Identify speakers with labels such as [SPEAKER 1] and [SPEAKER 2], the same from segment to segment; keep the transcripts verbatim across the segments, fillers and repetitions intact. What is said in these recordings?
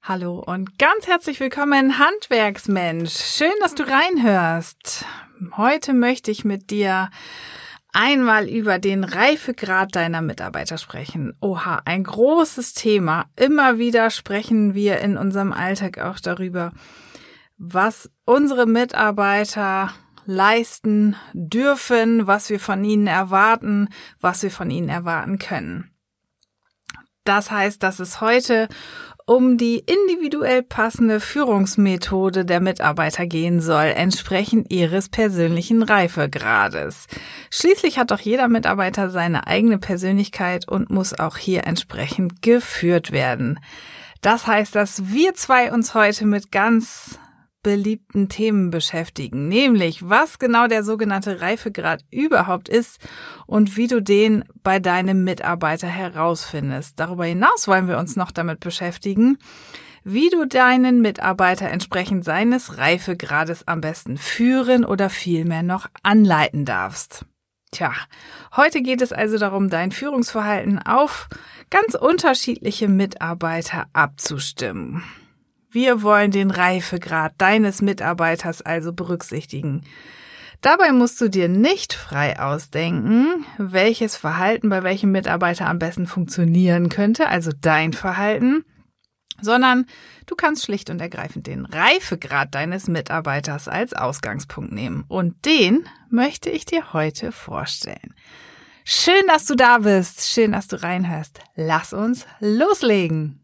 [SPEAKER 1] Hallo und ganz herzlich willkommen, Handwerksmensch. Schön, dass du reinhörst. Heute möchte ich mit dir einmal über den Reifegrad deiner Mitarbeiter sprechen. Oha, ein großes Thema. Immer wieder sprechen wir in unserem Alltag auch darüber, was unsere Mitarbeiter leisten dürfen, was wir von ihnen erwarten, was wir von ihnen erwarten können. Das heißt, dass es heute um die individuell passende Führungsmethode der Mitarbeiter gehen soll, entsprechend ihres persönlichen Reifegrades. Schließlich hat doch jeder Mitarbeiter seine eigene Persönlichkeit und muss auch hier entsprechend geführt werden. Das heißt, dass wir zwei uns heute mit ganz beliebten Themen beschäftigen, nämlich was genau der sogenannte Reifegrad überhaupt ist und wie du den bei deinem Mitarbeiter herausfindest. Darüber hinaus wollen wir uns noch damit beschäftigen, wie du deinen Mitarbeiter entsprechend seines Reifegrades am besten führen oder vielmehr noch anleiten darfst. Tja, heute geht es also darum, dein Führungsverhalten auf ganz unterschiedliche Mitarbeiter abzustimmen. Wir wollen den Reifegrad deines Mitarbeiters also berücksichtigen. Dabei musst du dir nicht frei ausdenken, welches Verhalten bei welchem Mitarbeiter am besten funktionieren könnte, also dein Verhalten, sondern du kannst schlicht und ergreifend den Reifegrad deines Mitarbeiters als Ausgangspunkt nehmen. Und den möchte ich dir heute vorstellen. Schön, dass du da bist. Schön, dass du reinhörst. Lass uns loslegen.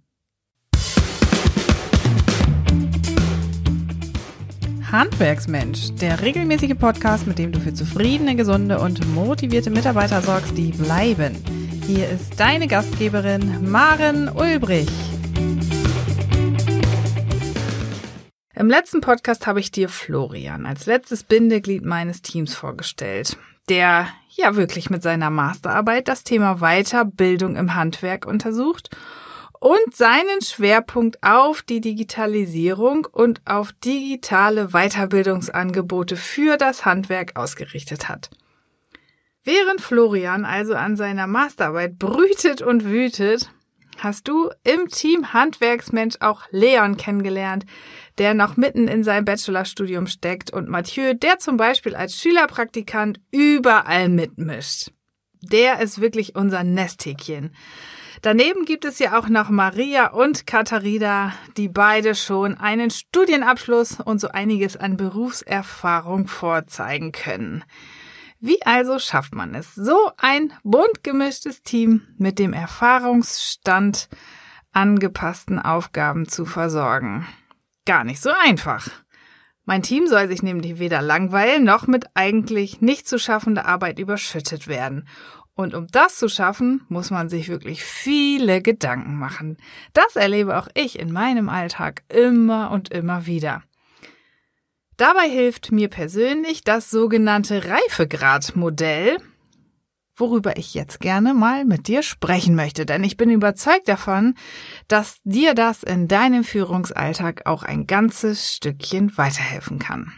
[SPEAKER 1] Handwerksmensch, der regelmäßige Podcast, mit dem du für zufriedene, gesunde und motivierte Mitarbeiter sorgst, die bleiben. Hier ist deine Gastgeberin Maren Ulbrich. Im letzten Podcast habe ich dir Florian als letztes Bindeglied meines Teams vorgestellt, der ja wirklich mit seiner Masterarbeit das Thema Weiterbildung im Handwerk untersucht und seinen Schwerpunkt auf die Digitalisierung und auf digitale Weiterbildungsangebote für das Handwerk ausgerichtet hat. Während Florian also an seiner Masterarbeit brütet und wütet, hast du im Team Handwerksmensch auch Leon kennengelernt, der noch mitten in seinem Bachelorstudium steckt, und Mathieu, der zum Beispiel als Schülerpraktikant überall mitmischt. Der ist wirklich unser Nesthäkchen. Daneben gibt es ja auch noch Maria und Katharina, die beide schon einen Studienabschluss und so einiges an Berufserfahrung vorzeigen können. Wie also schafft man es, so ein bunt gemischtes Team mit dem Erfahrungsstand angepassten Aufgaben zu versorgen? Gar nicht so einfach. Mein Team soll sich nämlich weder langweilen noch mit eigentlich nicht zu schaffender Arbeit überschüttet werden. Und um das zu schaffen, muss man sich wirklich viele Gedanken machen. Das erlebe auch ich in meinem Alltag immer und immer wieder. Dabei hilft mir persönlich das sogenannte Reifegradmodell, worüber ich jetzt gerne mal mit dir sprechen möchte. Denn ich bin überzeugt davon, dass dir das in deinem Führungsalltag auch ein ganzes Stückchen weiterhelfen kann.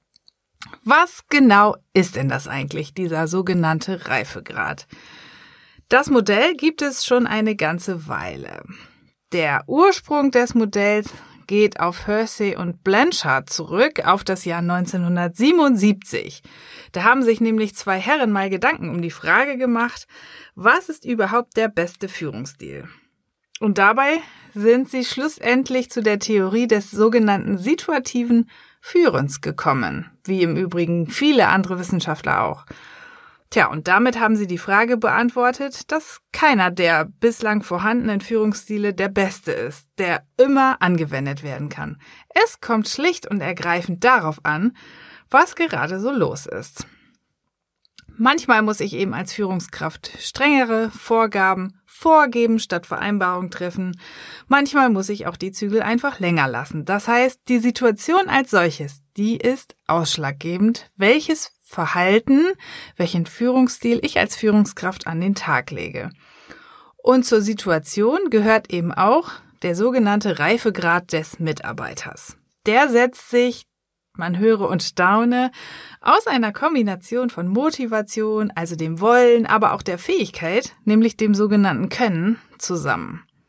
[SPEAKER 1] Was genau ist denn das eigentlich, dieser sogenannte Reifegrad? Das Modell gibt es schon eine ganze Weile. Der Ursprung des Modells geht auf Hersey und Blanchard zurück, auf das Jahr neunzehnhundertsiebenundsiebzig. Da haben sich nämlich zwei Herren mal Gedanken um die Frage gemacht, was ist überhaupt der beste Führungsstil? Und dabei sind sie schlussendlich zu der Theorie des sogenannten situativen Führens gekommen, wie im Übrigen viele andere Wissenschaftler auch. Tja, und damit haben sie die Frage beantwortet, dass keiner der bislang vorhandenen Führungsstile der beste ist, der immer angewendet werden kann. Es kommt schlicht und ergreifend darauf an, was gerade so los ist. Manchmal muss ich eben als Führungskraft strengere Vorgaben vorgeben statt Vereinbarungen treffen. Manchmal muss ich auch die Zügel einfach länger lassen. Das heißt, die Situation als solches, die ist ausschlaggebend, welches Verhalten, welchen Führungsstil ich als Führungskraft an den Tag lege. Und zur Situation gehört eben auch der sogenannte Reifegrad des Mitarbeiters. Der setzt sich, man höre und staune, aus einer Kombination von Motivation, also dem Wollen, aber auch der Fähigkeit, nämlich dem sogenannten Können, zusammen.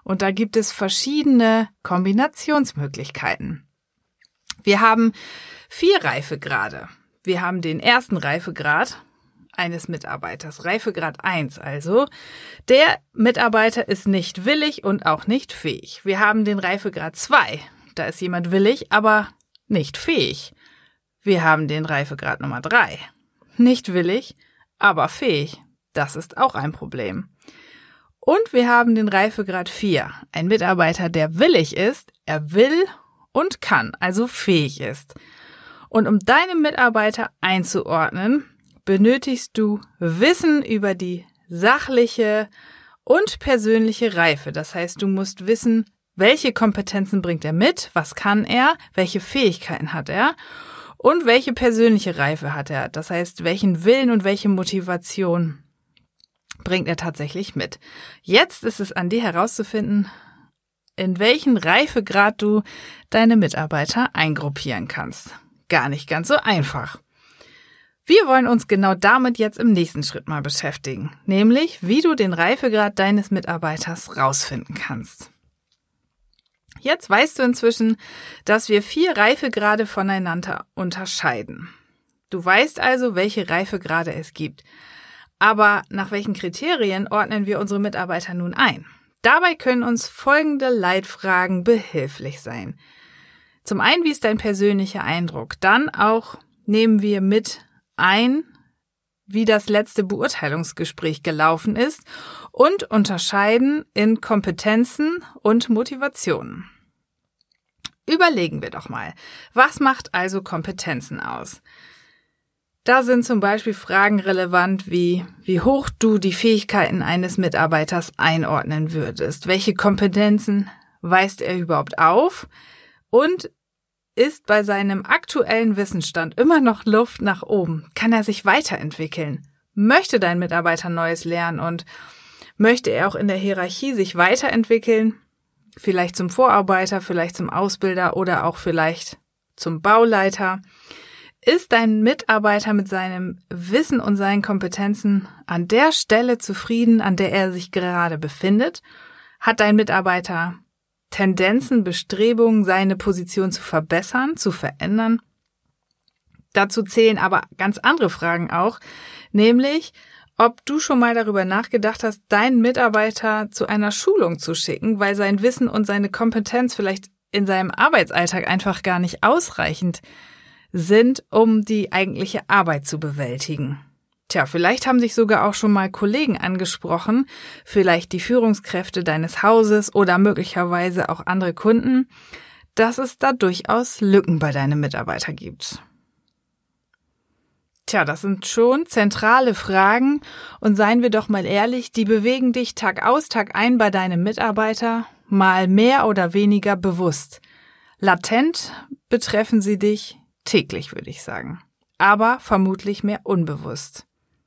[SPEAKER 1] Und da gibt es verschiedene Kombinationsmöglichkeiten. Wir haben vier Reifegrade. Wir haben den ersten Reifegrad eines Mitarbeiters, Reifegrad eins also. Der Mitarbeiter ist nicht willig und auch nicht fähig. Wir haben den Reifegrad zwei. Da ist jemand willig, aber nicht fähig. Wir haben den Reifegrad Nummer drei. Nicht willig, aber fähig. Das ist auch ein Problem. Und wir haben den Reifegrad vier. Ein Mitarbeiter, der willig ist, er will und kann, also fähig ist. Und um deine Mitarbeiter einzuordnen, benötigst du Wissen über die sachliche und persönliche Reife. Das heißt, du musst wissen, welche Kompetenzen bringt er mit, was kann er, welche Fähigkeiten hat er und welche persönliche Reife hat er. Das heißt, welchen Willen und welche Motivation bringt er tatsächlich mit. Jetzt ist es an dir herauszufinden, in welchen Reifegrad du deine Mitarbeiter eingruppieren kannst. Gar nicht ganz so einfach. Wir wollen uns genau damit jetzt im nächsten Schritt mal beschäftigen, nämlich wie du den Reifegrad deines Mitarbeiters rausfinden kannst. Jetzt weißt du inzwischen, dass wir vier Reifegrade voneinander unterscheiden. Du weißt also, welche Reifegrade es gibt. Aber nach welchen Kriterien ordnen wir unsere Mitarbeiter nun ein? Dabei können uns folgende Leitfragen behilflich sein. Zum einen, wie ist dein persönlicher Eindruck? Dann auch nehmen wir mit ein, wie das letzte Beurteilungsgespräch gelaufen ist und unterscheiden in Kompetenzen und Motivationen. Überlegen wir doch mal, was macht also Kompetenzen aus? Da sind zum Beispiel Fragen relevant wie, wie hoch du die Fähigkeiten eines Mitarbeiters einordnen würdest. Welche Kompetenzen weist er überhaupt auf? Und ist bei seinem aktuellen Wissensstand immer noch Luft nach oben? Kann er sich weiterentwickeln? Möchte dein Mitarbeiter Neues lernen und möchte er auch in der Hierarchie sich weiterentwickeln? Vielleicht zum Vorarbeiter, vielleicht zum Ausbilder oder auch vielleicht zum Bauleiter. Ist dein Mitarbeiter mit seinem Wissen und seinen Kompetenzen an der Stelle zufrieden, an der er sich gerade befindet? Hat dein Mitarbeiter Tendenzen, Bestrebungen, seine Position zu verbessern, zu verändern? Dazu zählen aber ganz andere Fragen auch, nämlich, ob du schon mal darüber nachgedacht hast, deinen Mitarbeiter zu einer Schulung zu schicken, weil sein Wissen und seine Kompetenz vielleicht in seinem Arbeitsalltag einfach gar nicht ausreichend sind, um die eigentliche Arbeit zu bewältigen. Tja, vielleicht haben sich sogar auch schon mal Kollegen angesprochen, vielleicht die Führungskräfte deines Hauses oder möglicherweise auch andere Kunden, dass es da durchaus Lücken bei deinen Mitarbeitern gibt. Tja, das sind schon zentrale Fragen und seien wir doch mal ehrlich, die bewegen dich Tag aus, Tag ein bei deinem Mitarbeiter, mal mehr oder weniger bewusst. Latent betreffen sie dich täglich, würde ich sagen, aber vermutlich mehr unbewusst.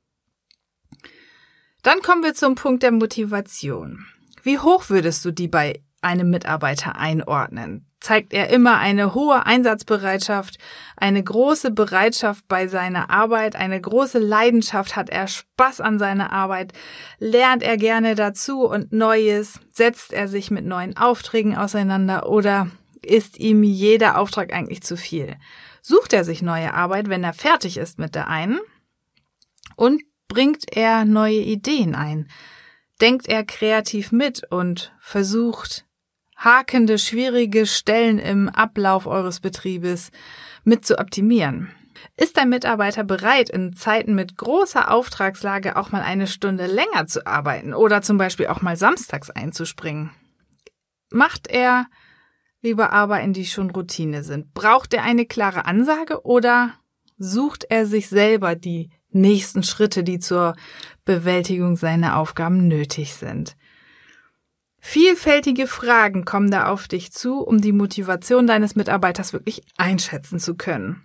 [SPEAKER 1] Dann kommen wir zum Punkt der Motivation. Wie hoch würdest du die bei einem Mitarbeiter einordnen? Zeigt er immer eine hohe Einsatzbereitschaft, eine große Bereitschaft bei seiner Arbeit, eine große Leidenschaft, hat er Spaß an seiner Arbeit, lernt er gerne dazu und Neues, setzt er sich mit neuen Aufträgen auseinander oder ist ihm jeder Auftrag eigentlich zu viel? Sucht er sich neue Arbeit, wenn er fertig ist mit der einen? Und bringt er neue Ideen ein? Denkt er kreativ mit und versucht, hakende, schwierige Stellen im Ablauf eures Betriebes mit zu optimieren? Ist dein Mitarbeiter bereit, in Zeiten mit großer Auftragslage auch mal eine Stunde länger zu arbeiten oder zum Beispiel auch mal samstags einzuspringen? Macht er lieber Arbeiten, die schon Routine sind? Braucht er eine klare Ansage oder sucht er sich selber die nächsten Schritte, die zur Bewältigung seiner Aufgaben nötig sind? Vielfältige Fragen kommen da auf dich zu, um die Motivation deines Mitarbeiters wirklich einschätzen zu können.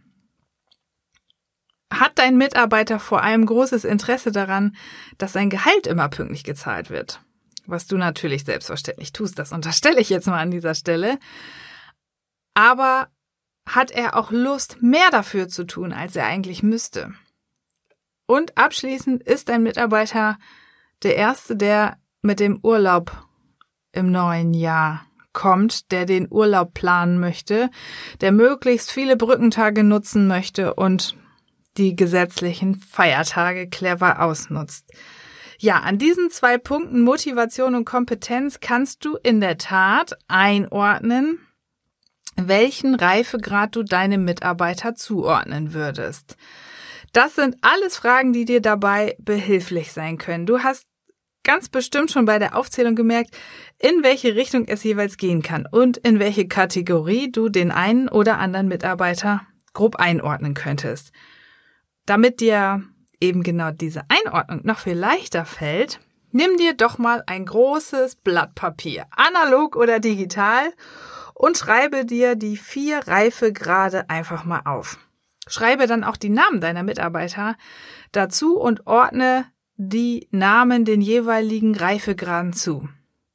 [SPEAKER 1] Hat dein Mitarbeiter vor allem großes Interesse daran, dass sein Gehalt immer pünktlich gezahlt wird? Was du natürlich selbstverständlich tust, das unterstelle ich jetzt mal an dieser Stelle. Aber hat er auch Lust, mehr dafür zu tun, als er eigentlich müsste? Und abschließend ist dein Mitarbeiter der Erste, der mit dem Urlaub im neuen Jahr kommt, der den Urlaub planen möchte, der möglichst viele Brückentage nutzen möchte und die gesetzlichen Feiertage clever ausnutzt. Ja, an diesen zwei Punkten Motivation und Kompetenz kannst du in der Tat einordnen, welchen Reifegrad du deinem Mitarbeiter zuordnen würdest. Das sind alles Fragen, die dir dabei behilflich sein können. Du hast ganz bestimmt schon bei der Aufzählung gemerkt, in welche Richtung es jeweils gehen kann und in welche Kategorie du den einen oder anderen Mitarbeiter grob einordnen könntest. Damit dir eben genau diese Einordnung noch viel leichter fällt, nimm dir doch mal ein großes Blatt Papier, analog oder digital, und schreibe dir die vier Reifegrade einfach mal auf. Schreibe dann auch die Namen deiner Mitarbeiter dazu und ordne die Namen den jeweiligen Reifegraden zu.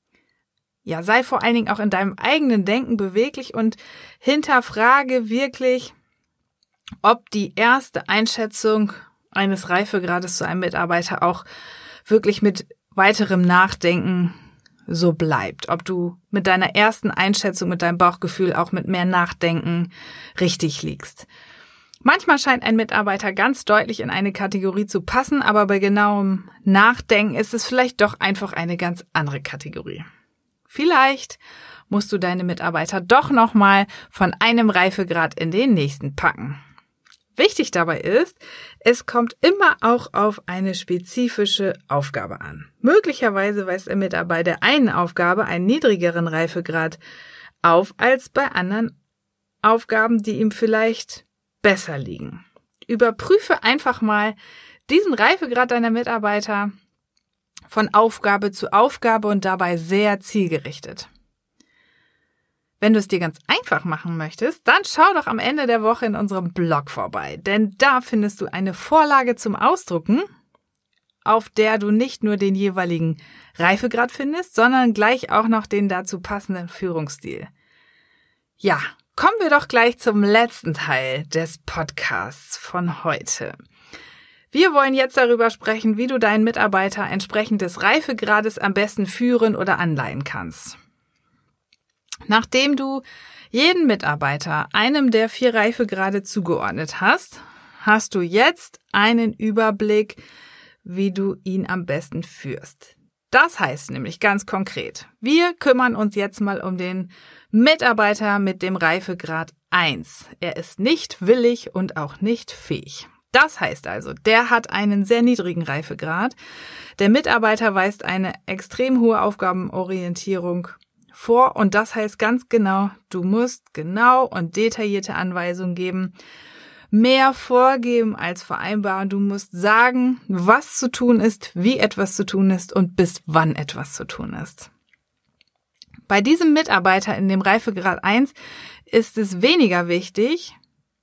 [SPEAKER 1] Ja, sei vor allen Dingen auch in deinem eigenen Denken beweglich und hinterfrage wirklich, ob die erste Einschätzung eines Reifegrades zu einem Mitarbeiter auch wirklich mit weiterem Nachdenken so bleibt. Ob du mit deiner ersten Einschätzung, mit deinem Bauchgefühl auch mit mehr Nachdenken richtig liegst. Manchmal scheint ein Mitarbeiter ganz deutlich in eine Kategorie zu passen, aber bei genauem Nachdenken ist es vielleicht doch einfach eine ganz andere Kategorie. Vielleicht musst du deine Mitarbeiter doch nochmal von einem Reifegrad in den nächsten packen. Wichtig dabei ist, es kommt immer auch auf eine spezifische Aufgabe an. Möglicherweise weist er mit bei der einen Aufgabe einen niedrigeren Reifegrad auf als bei anderen Aufgaben, die ihm vielleicht besser liegen. Überprüfe einfach mal diesen Reifegrad deiner Mitarbeiter von Aufgabe zu Aufgabe und dabei sehr zielgerichtet. Wenn du es dir ganz einfach machen möchtest, dann schau doch am Ende der Woche in unserem Blog vorbei, denn da findest du eine Vorlage zum Ausdrucken, auf der du nicht nur den jeweiligen Reifegrad findest, sondern gleich auch noch den dazu passenden Führungsstil. Ja, kommen wir doch gleich zum letzten Teil des Podcasts von heute. Wir wollen jetzt darüber sprechen, wie du deinen Mitarbeiter entsprechend des Reifegrades am besten führen oder anleiten kannst. Nachdem du jeden Mitarbeiter einem der vier Reifegrade zugeordnet hast, hast du jetzt einen Überblick, wie du ihn am besten führst. Das heißt nämlich ganz konkret, wir kümmern uns jetzt mal um den Mitarbeiter mit dem Reifegrad eins. Er ist nicht willig und auch nicht fähig. Das heißt also, der hat einen sehr niedrigen Reifegrad. Der Mitarbeiter weist eine extrem hohe Aufgabenorientierung vor und das heißt ganz genau, du musst genau und detaillierte Anweisungen geben, mehr vorgeben als vereinbaren. Du musst sagen, was zu tun ist, wie etwas zu tun ist und bis wann etwas zu tun ist. Bei diesem Mitarbeiter in dem Reifegrad eins ist es weniger wichtig,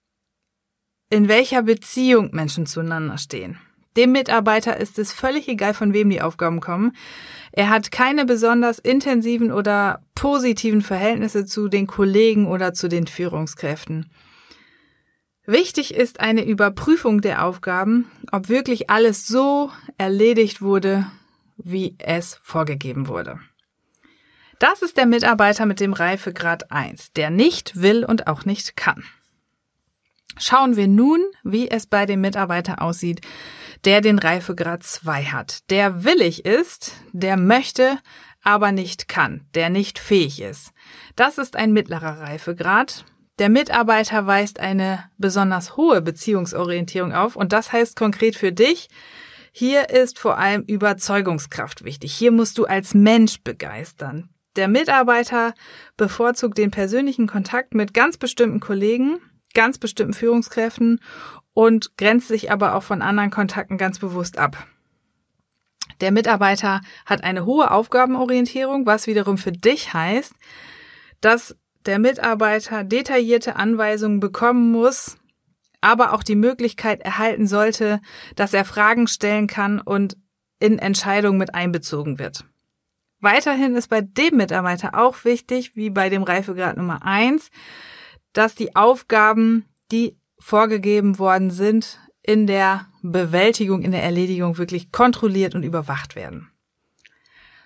[SPEAKER 1] in welcher Beziehung Menschen zueinander stehen. Dem Mitarbeiter ist es völlig egal, von wem die Aufgaben kommen. Er hat keine besonders intensiven oder positiven Verhältnisse zu den Kollegen oder zu den Führungskräften. Wichtig ist eine Überprüfung der Aufgaben, ob wirklich alles so erledigt wurde, wie es vorgegeben wurde. Das ist der Mitarbeiter mit dem Reifegrad eins, der nicht will und auch nicht kann. Schauen wir nun, wie es bei dem Mitarbeiter aussieht, der den Reifegrad zwei hat, der willig ist, der möchte, aber nicht kann, der nicht fähig ist. Das ist ein mittlerer Reifegrad. Der Mitarbeiter weist eine besonders hohe Beziehungsorientierung auf und das heißt konkret für dich, hier ist vor allem Überzeugungskraft wichtig. Hier musst du als Mensch begeistern. Der Mitarbeiter bevorzugt den persönlichen Kontakt mit ganz bestimmten Kollegen, ganz bestimmten Führungskräften und grenzt sich aber auch von anderen Kontakten ganz bewusst ab. Der Mitarbeiter hat eine hohe Aufgabenorientierung, was wiederum für dich heißt, dass der Mitarbeiter detaillierte Anweisungen bekommen muss, aber auch die Möglichkeit erhalten sollte, dass er Fragen stellen kann und in Entscheidungen mit einbezogen wird. Weiterhin ist bei dem Mitarbeiter auch wichtig, wie bei dem Reifegrad Nummer eins, dass die Aufgaben, die vorgegeben worden sind, in der Bewältigung, in der Erledigung wirklich kontrolliert und überwacht werden.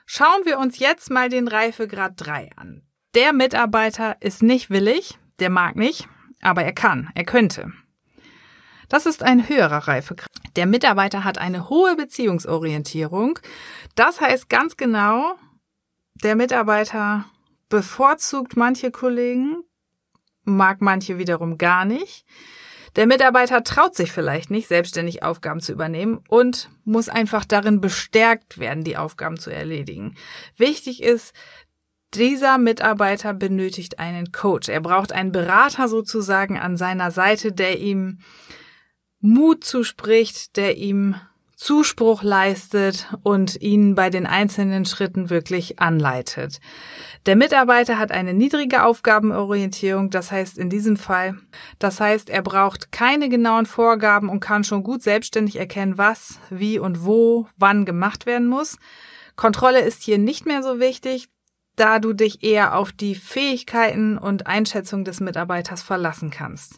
[SPEAKER 1] Schauen wir uns jetzt mal den Reifegrad drei an. Der Mitarbeiter ist nicht willig, der mag nicht, aber er kann, er könnte. Das ist ein höherer Reifegrad. Der Mitarbeiter hat eine hohe Beziehungsorientierung. Das heißt ganz genau, der Mitarbeiter bevorzugt manche Kollegen, mag manche wiederum gar nicht. Der Mitarbeiter traut sich vielleicht nicht, selbstständig Aufgaben zu übernehmen und muss einfach darin bestärkt werden, die Aufgaben zu erledigen. Wichtig ist, dieser Mitarbeiter benötigt einen Coach. Er braucht einen Berater sozusagen an seiner Seite, der ihm Mut zuspricht, der ihm Zuspruch leistet und ihn bei den einzelnen Schritten wirklich anleitet. Der Mitarbeiter hat eine niedrige Aufgabenorientierung, das heißt in diesem Fall, das heißt, er braucht keine genauen Vorgaben und kann schon gut selbstständig erkennen, was, wie und wo, wann gemacht werden muss. Kontrolle ist hier nicht mehr so wichtig, da du dich eher auf die Fähigkeiten und Einschätzung des Mitarbeiters verlassen kannst.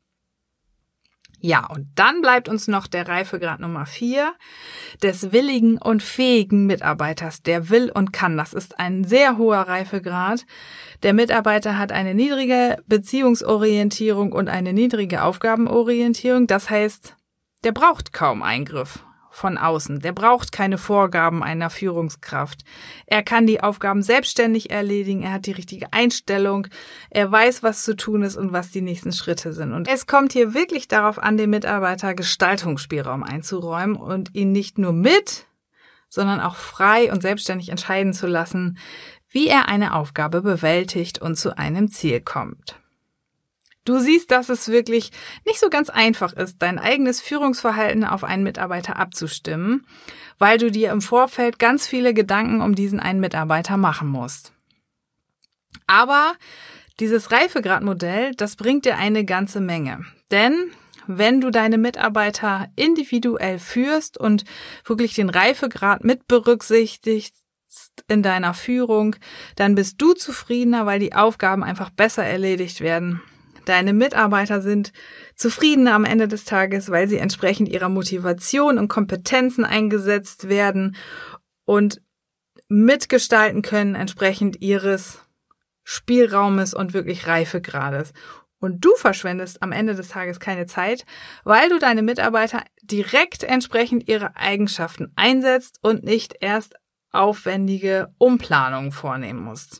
[SPEAKER 1] Ja, und dann bleibt uns noch der Reifegrad Nummer vier des willigen und fähigen Mitarbeiters. Der will und kann. Das ist ein sehr hoher Reifegrad. Der Mitarbeiter hat eine niedrige Beziehungsorientierung und eine niedrige Aufgabenorientierung. Das heißt, der braucht kaum Eingriff von außen. Der braucht keine Vorgaben einer Führungskraft. Er kann die Aufgaben selbstständig erledigen. Er hat die richtige Einstellung. Er weiß, was zu tun ist und was die nächsten Schritte sind. Und es kommt hier wirklich darauf an, dem Mitarbeiter Gestaltungsspielraum einzuräumen und ihn nicht nur mit, sondern auch frei und selbstständig entscheiden zu lassen, wie er eine Aufgabe bewältigt und zu einem Ziel kommt. Du siehst, dass es wirklich nicht so ganz einfach ist, dein eigenes Führungsverhalten auf einen Mitarbeiter abzustimmen, weil du dir im Vorfeld ganz viele Gedanken um diesen einen Mitarbeiter machen musst. Aber dieses Reifegradmodell, das bringt dir eine ganze Menge. Denn wenn du deine Mitarbeiter individuell führst und wirklich den Reifegrad mit berücksichtigst in deiner Führung, dann bist du zufriedener, weil die Aufgaben einfach besser erledigt werden. Deine Mitarbeiter sind zufriedener am Ende des Tages, weil sie entsprechend ihrer Motivation und Kompetenzen eingesetzt werden und mitgestalten können, entsprechend ihres Spielraumes und wirklich Reifegrades. Und du verschwendest am Ende des Tages keine Zeit, weil du deine Mitarbeiter direkt entsprechend ihre Eigenschaften einsetzt und nicht erst aufwendige Umplanungen vornehmen musst.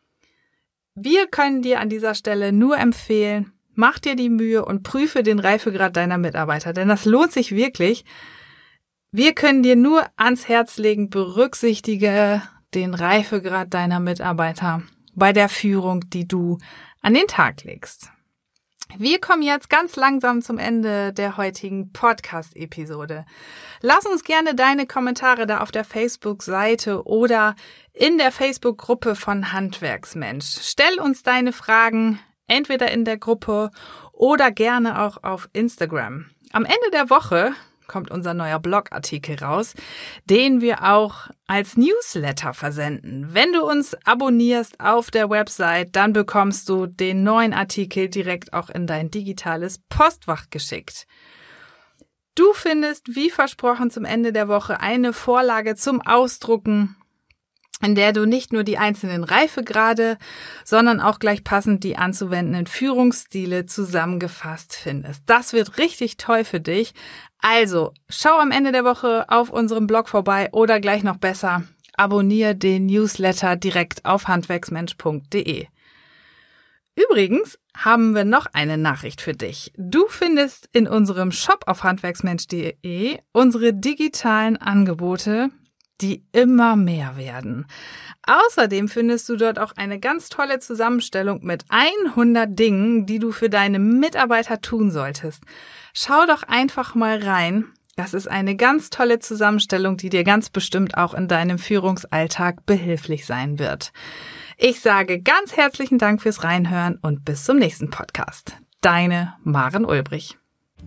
[SPEAKER 1] Wir können dir an dieser Stelle nur empfehlen, mach dir die Mühe und prüfe den Reifegrad deiner Mitarbeiter, denn das lohnt sich wirklich. Wir können dir nur ans Herz legen, berücksichtige den Reifegrad deiner Mitarbeiter bei der Führung, die du an den Tag legst. Wir kommen jetzt ganz langsam zum Ende der heutigen Podcast-Episode. Lass uns gerne deine Kommentare da auf der Facebook-Seite oder in der Facebook-Gruppe von Handwerksmensch. Stell uns deine Fragen entweder in der Gruppe oder gerne auch auf Instagram. Am Ende der Woche kommt unser neuer Blogartikel raus, den wir auch als Newsletter versenden. Wenn du uns abonnierst auf der Website, dann bekommst du den neuen Artikel direkt auch in dein digitales Postfach geschickt. Du findest, wie versprochen, zum Ende der Woche eine Vorlage zum Ausdrucken, in der du nicht nur die einzelnen Reifegrade, sondern auch gleich passend die anzuwendenden Führungsstile zusammengefasst findest. Das wird richtig toll für dich. Also, schau am Ende der Woche auf unserem Blog vorbei oder gleich noch besser, abonniere den Newsletter direkt auf handwerksmensch punkt de. Übrigens haben wir noch eine Nachricht für dich. Du findest in unserem Shop auf handwerksmensch punkt de unsere digitalen Angebote, die immer mehr werden. Außerdem findest du dort auch eine ganz tolle Zusammenstellung mit hundert Dingen, die du für deine Mitarbeiter tun solltest. Schau doch einfach mal rein. Das ist eine ganz tolle Zusammenstellung, die dir ganz bestimmt auch in deinem Führungsalltag behilflich sein wird. Ich sage ganz herzlichen Dank fürs Reinhören und bis zum nächsten Podcast. Deine Maren Ulbrich.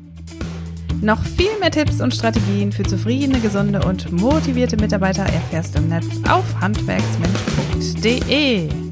[SPEAKER 1] Noch viel mehr Tipps und Strategien für zufriedene, gesunde und motivierte Mitarbeiter erfährst du im Netz auf handwerksmensch punkt de.